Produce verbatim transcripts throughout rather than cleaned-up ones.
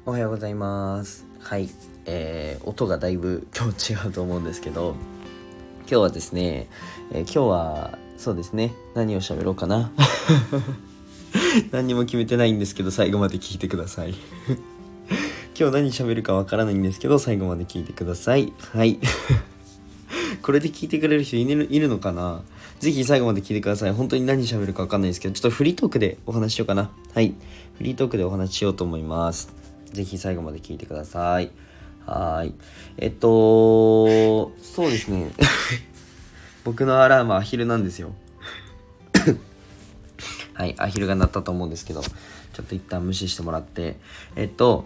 おはようございます。はい、えー、音がだいぶ今日違うと思うんですけど、今日はですね、えー、今日はそうですね、何を喋ろうかな何にも決めてないんですけど、最後まで聞いてください今日何喋るかわからないんですけど、最後まで聞いてください。はいこれで聞いてくれる人いる、いるのかな。ぜひ最後まで聞いてください。本当に何喋るかわかんないですけど、ちょっとフリートークでお話ししようかな。はい、フリートークでお話ししようと思います。ぜひ最後まで聞いてください。はーい。えっと、そうですね。僕のアラームはアヒルなんですよ。はい、アヒルが鳴ったと思うんですけど、ちょっと一旦無視してもらって、えっと、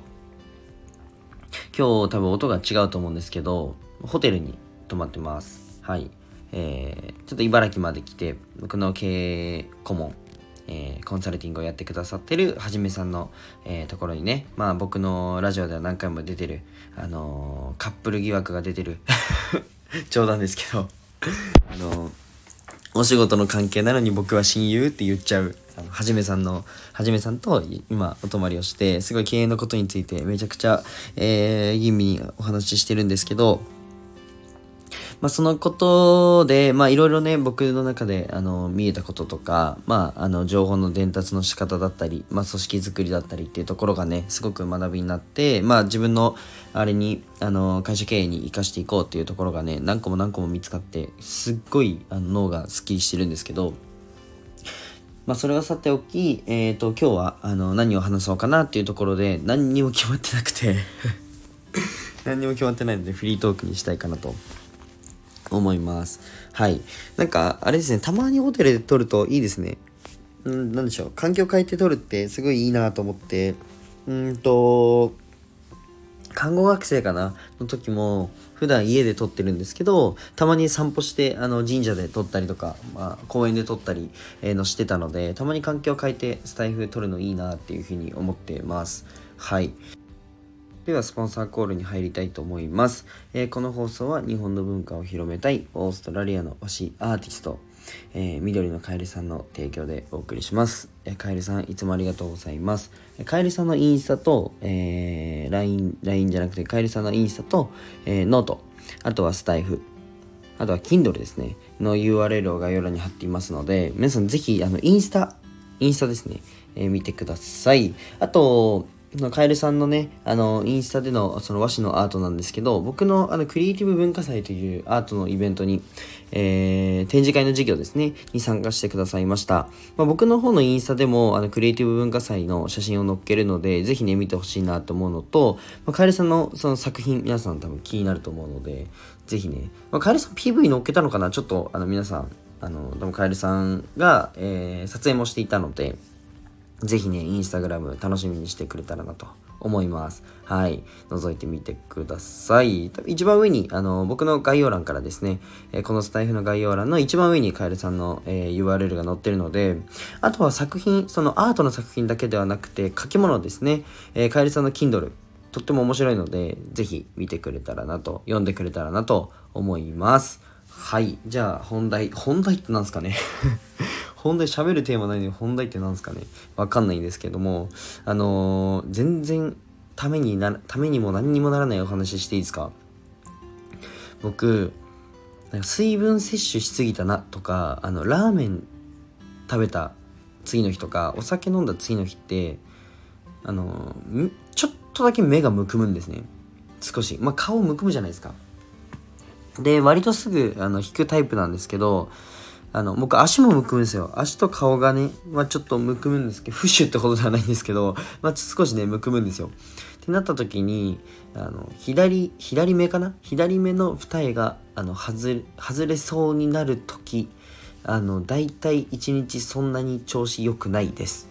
今日多分音が違うと思うんですけど、ホテルに泊まってます。はい。えー、ちょっと茨城まで来て、僕の経営顧問、えー、コンサルティングをやってくださってるはじめさんの、えー、ところにね、まあ僕のラジオでは何回も出てる、あのー、カップル疑惑が出てる冗談ですけどあのー、お仕事の関係なのに僕は親友って言っちゃうあのはじめさんのはじめさんと今お泊まりをして、すごい経営のことについてめちゃくちゃ、えー、吟味にお話ししてるんですけど、まあ、そのことで、まあ、いろいろね、僕の中で、あの、見えたこととか、まあ、あの、情報の伝達の仕方だったり、まあ、組織づくりだったりっていうところがね、すごく学びになって、まあ、自分の、あれに、あの、会社経営に生かしていこうっていうところがね、何個も何個も見つかって、すっごい、あの、脳がスッキリしてるんですけど、まあ、それはさておき、えっと、今日は、あの、何を話そうかなっていうところで、何にも決まってなくて何にも決まってないので、フリートークにしたいかなと思います。はい。なんか、あれですね、たまにホテルで撮るといいですね。うん、なんでしょう。環境変えて撮るってすごいいいなと思って、うーんと、看護学生かなの時も、普段家で撮ってるんですけど、たまに散歩して、あの、神社で撮ったりとか、まあ、公園で撮ったり、えーのしてたので、たまに環境変えてスタイフ撮るのいいなっていうふうに思ってます。はい。ではスポンサーコールに入りたいと思います、えー、この放送は日本の文化を広めたいオーストラリアの推しアーティスト、えー、緑のカエルさんの提供でお送りします、えー、カエルさんいつもありがとうございます。カエルさんのインスタと、えー、LINE, LINE じゃなくてカエルさんのインスタと、えー、ノート、あとはスタイフ、あとは Kindle ですねの ユーアールエル を概要欄に貼っていますので、皆さんぜひあのインスタインスタですね、えー、見てください。あとカエルさんのね、あの、インスタでのその和紙のアートなんですけど、僕のあの、クリエイティブ文化祭というアートのイベントに、えー、展示会の授業ですね、に参加してくださいました。まあ、僕の方のインスタでも、あの、クリエイティブ文化祭の写真を載っけるので、ぜひね、見てほしいなと思うのと、まあ、カエルさんのその作品、皆さん多分気になると思うので、ぜひね、まあ、カエルさん ピーブイ 載っけたのかな、ちょっと、あの、皆さん、あの、でもカエルさんが、えー、撮影もしていたので、ぜひね、インスタグラム楽しみにしてくれたらなと思います。はい。覗いてみてください。一番上に、あの、僕の概要欄からですね、えー、このスタイフの概要欄の一番上にカエルさんの、えー、ユーアールエル が載ってるので、あとは作品、そのアートの作品だけではなくて、書き物ですね、えー、カエルさんの Kindle、とっても面白いので、ぜひ見てくれたらなと、読んでくれたらなと思います。はい。じゃあ、本題。本題ってなんですかね本題、喋るテーマないのに本題ってなんですかね、わかんないんですけども、あのー、全然ためになためにも何にもならないお話していいですか。僕なんか水分摂取しすぎたなとか、あのラーメン食べた次の日とかお酒飲んだ次の日って、あのー、ちょっとだけ目がむくむんですね。少し、まあ、顔むくむじゃないですか。で割とすぐあの引くタイプなんですけど、あの僕足もむくむんですよ。足と顔がね、まあ、ちょっとむくむんですけど、フッシュってことではないんですけど、まあ、少しねむくむんですよ。ってなった時に、あの左左目かな、左目の二重があの外れ外れそうになる時、あのだいたい一日そんなに調子良くないです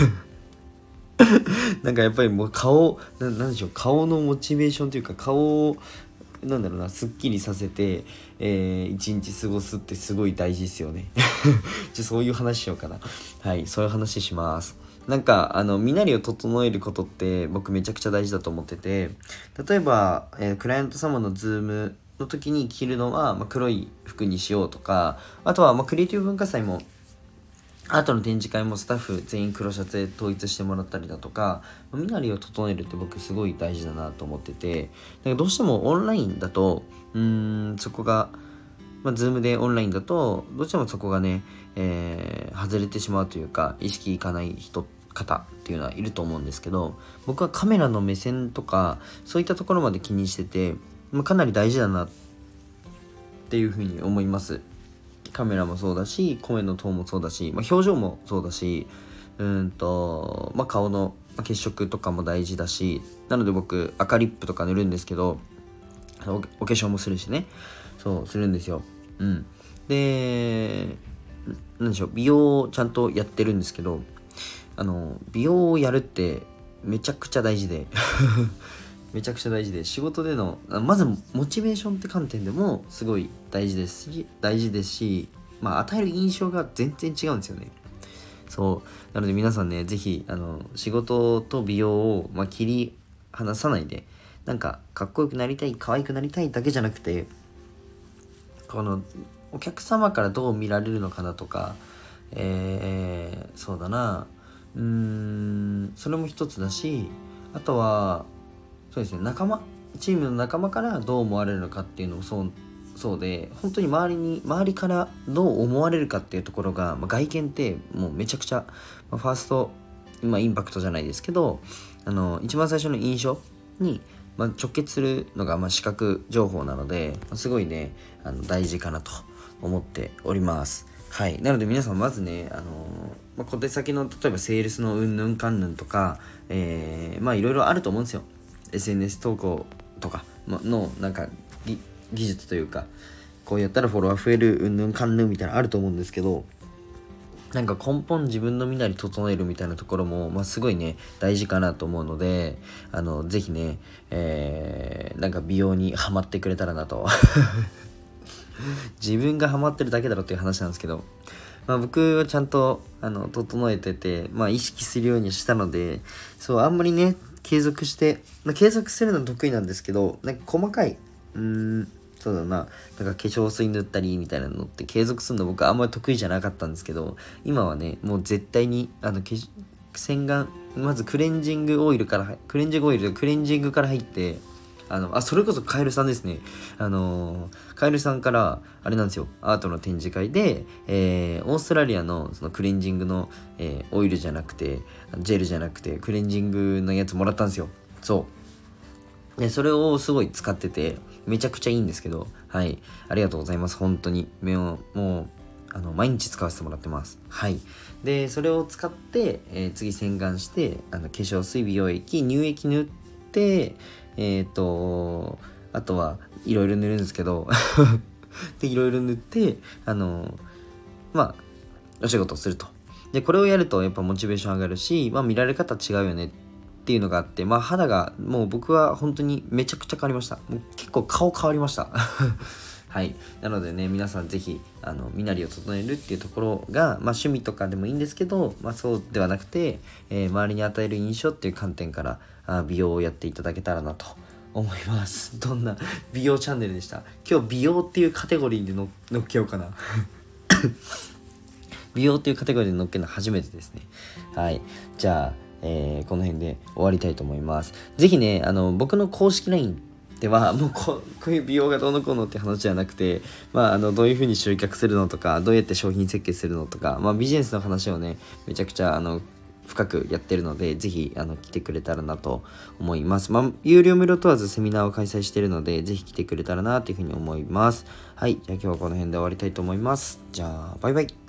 なんかやっぱりもう顔な、なんでしょう、顔のモチベーションというか、顔をなんだろうな、すっきりさせて、えー、一日過ごすってすごい大事ですよねじゃそういう話しようかな。はい、そういう話します。なんかあの身なりを整えることって僕めちゃくちゃ大事だと思ってて、例えば、えー、クライアント様のズームの時に着るのは、まあ、黒い服にしようとか、あとは、まあ、クリエイティブ文化祭もアートの展示会もスタッフ全員黒シャツで統一してもらったりだとか、身なりを整えるって僕すごい大事だなと思ってて、だからどうしてもオンラインだとうーんそこが、まあ、ズームでオンラインだとどうしてもそこがね、えー、外れてしまうというか、意識いかない人方っていうのはいると思うんですけど、僕はカメラの目線とかそういったところまで気にしてて、まあ、かなり大事だなっていうふうに思います。カメラもそうだし、声のトーンもそうだし、まあ、表情もそうだし、うーんと、まあ、顔の血色とかも大事だし、なので僕赤リップとか塗るんですけど、お、お化粧もするしね、そうするんですよ。うん。で、なんでしょう、美容をちゃんとやってるんですけど、あの美容をやるってめちゃくちゃ大事でめちゃくちゃ大事で、仕事でのまずモチベーションって観点でもすごい大事ですし大事ですし、まあ与える印象が全然違うんですよね。そうなので皆さんね、ぜひあの仕事と美容を、まあ、切り離さないで、なんかかっこよくなりたい、可愛くなりたいだけじゃなくて、このお客様からどう見られるのかなとか、えー、そうだなうーんそれも一つだし、あとはそうですね、仲間チームの仲間からどう思われるのかっていうのもそうそうで、本当に周りに周りからどう思われるかっていうところが、まあ、外見ってもうめちゃくちゃ、まあ、ファースト、まあ、インパクトじゃないですけど、あの一番最初の印象に、まあ、直結するのが、まあ、視覚情報なので、まあ、すごいねあの大事かなと思っております。はい、なので皆さんまずね、あのーまあ、小手先の例えばセールスのうんぬんかんぬんとか、えー、まあいろいろあると思うんですよ。 エスエヌエス 投稿とかのなんか技術というか、こうやったらフォロワー増えるうんぬんかんぬんみたいなのあると思うんですけど、なんか根本自分の身なり整えるみたいなところも、まあ、すごいね大事かなと思うので、あのぜひね、えー、なんか美容にハマってくれたらなと自分がハマってるだけだろっていう話なんですけど、まあ、僕はちゃんとあの整えてて、まあ、意識するようにしたので、そうあんまりね継続して、まあ、継続するの得意なんですけど、なんか細かいうーんそうだな、なんか化粧水塗ったりみたいなのって継続するの僕あんまり得意じゃなかったんですけど、今はねもう絶対にあの洗顔、まずクレンジングオイルからクレンジングオイルでクレンジングから入って、あのあそれこそカエルさんですね。あのー、カエルさんからあれなんですよ、アートの展示会で、えー、オーストラリアのそのクレンジングの、えー、オイルじゃなくてジェルじゃなくてクレンジングのやつもらったんですよ。そうでそれをすごい使っててめちゃくちゃいいんですけど、はい、ありがとうございます。本当に目をもうあの毎日使わせてもらってます。はい。でそれを使って、えー、次洗顔して、あの化粧水、美容液、乳液塗って、えっとあとはいろいろ塗るんですけどでいろいろ塗って、あのまあお仕事をすると。でこれをやるとやっぱモチベーション上がるし、まあ、見られ方違うよねっていうのがあって、まあ肌がもう僕は本当にめちゃくちゃ変わりました。もう結構顔変わりましたはい。なのでね、皆さんぜひあの身なりを整えるっていうところが、まあ、趣味とかでもいいんですけど、まあ、そうではなくて、えー、周りに与える印象っていう観点からあ美容をやっていただけたらなと思います。どんな美容チャンネルでした。今日美容っていうカテゴリーでの乗っけようかな美容っていうカテゴリーで乗っけるの初めてですね。はい。じゃあ、えー、この辺で終わりたいと思います。ぜひね、あの僕の公式 ラインではもう こ, こういう美容がどうのこうのって話じゃなくて、まあ、あのどういう風に集客するのとか、どうやって商品設計するのとか、まあ、ビジネスの話をねめちゃくちゃあの深くやってるので、ぜひあの来てくれたらなと思います。まあ、有料無料問わずセミナーを開催しているので、ぜひ来てくれたらなというふうに思います。はい、じゃあ今日はこの辺で終わりたいと思います。じゃあバイバイ。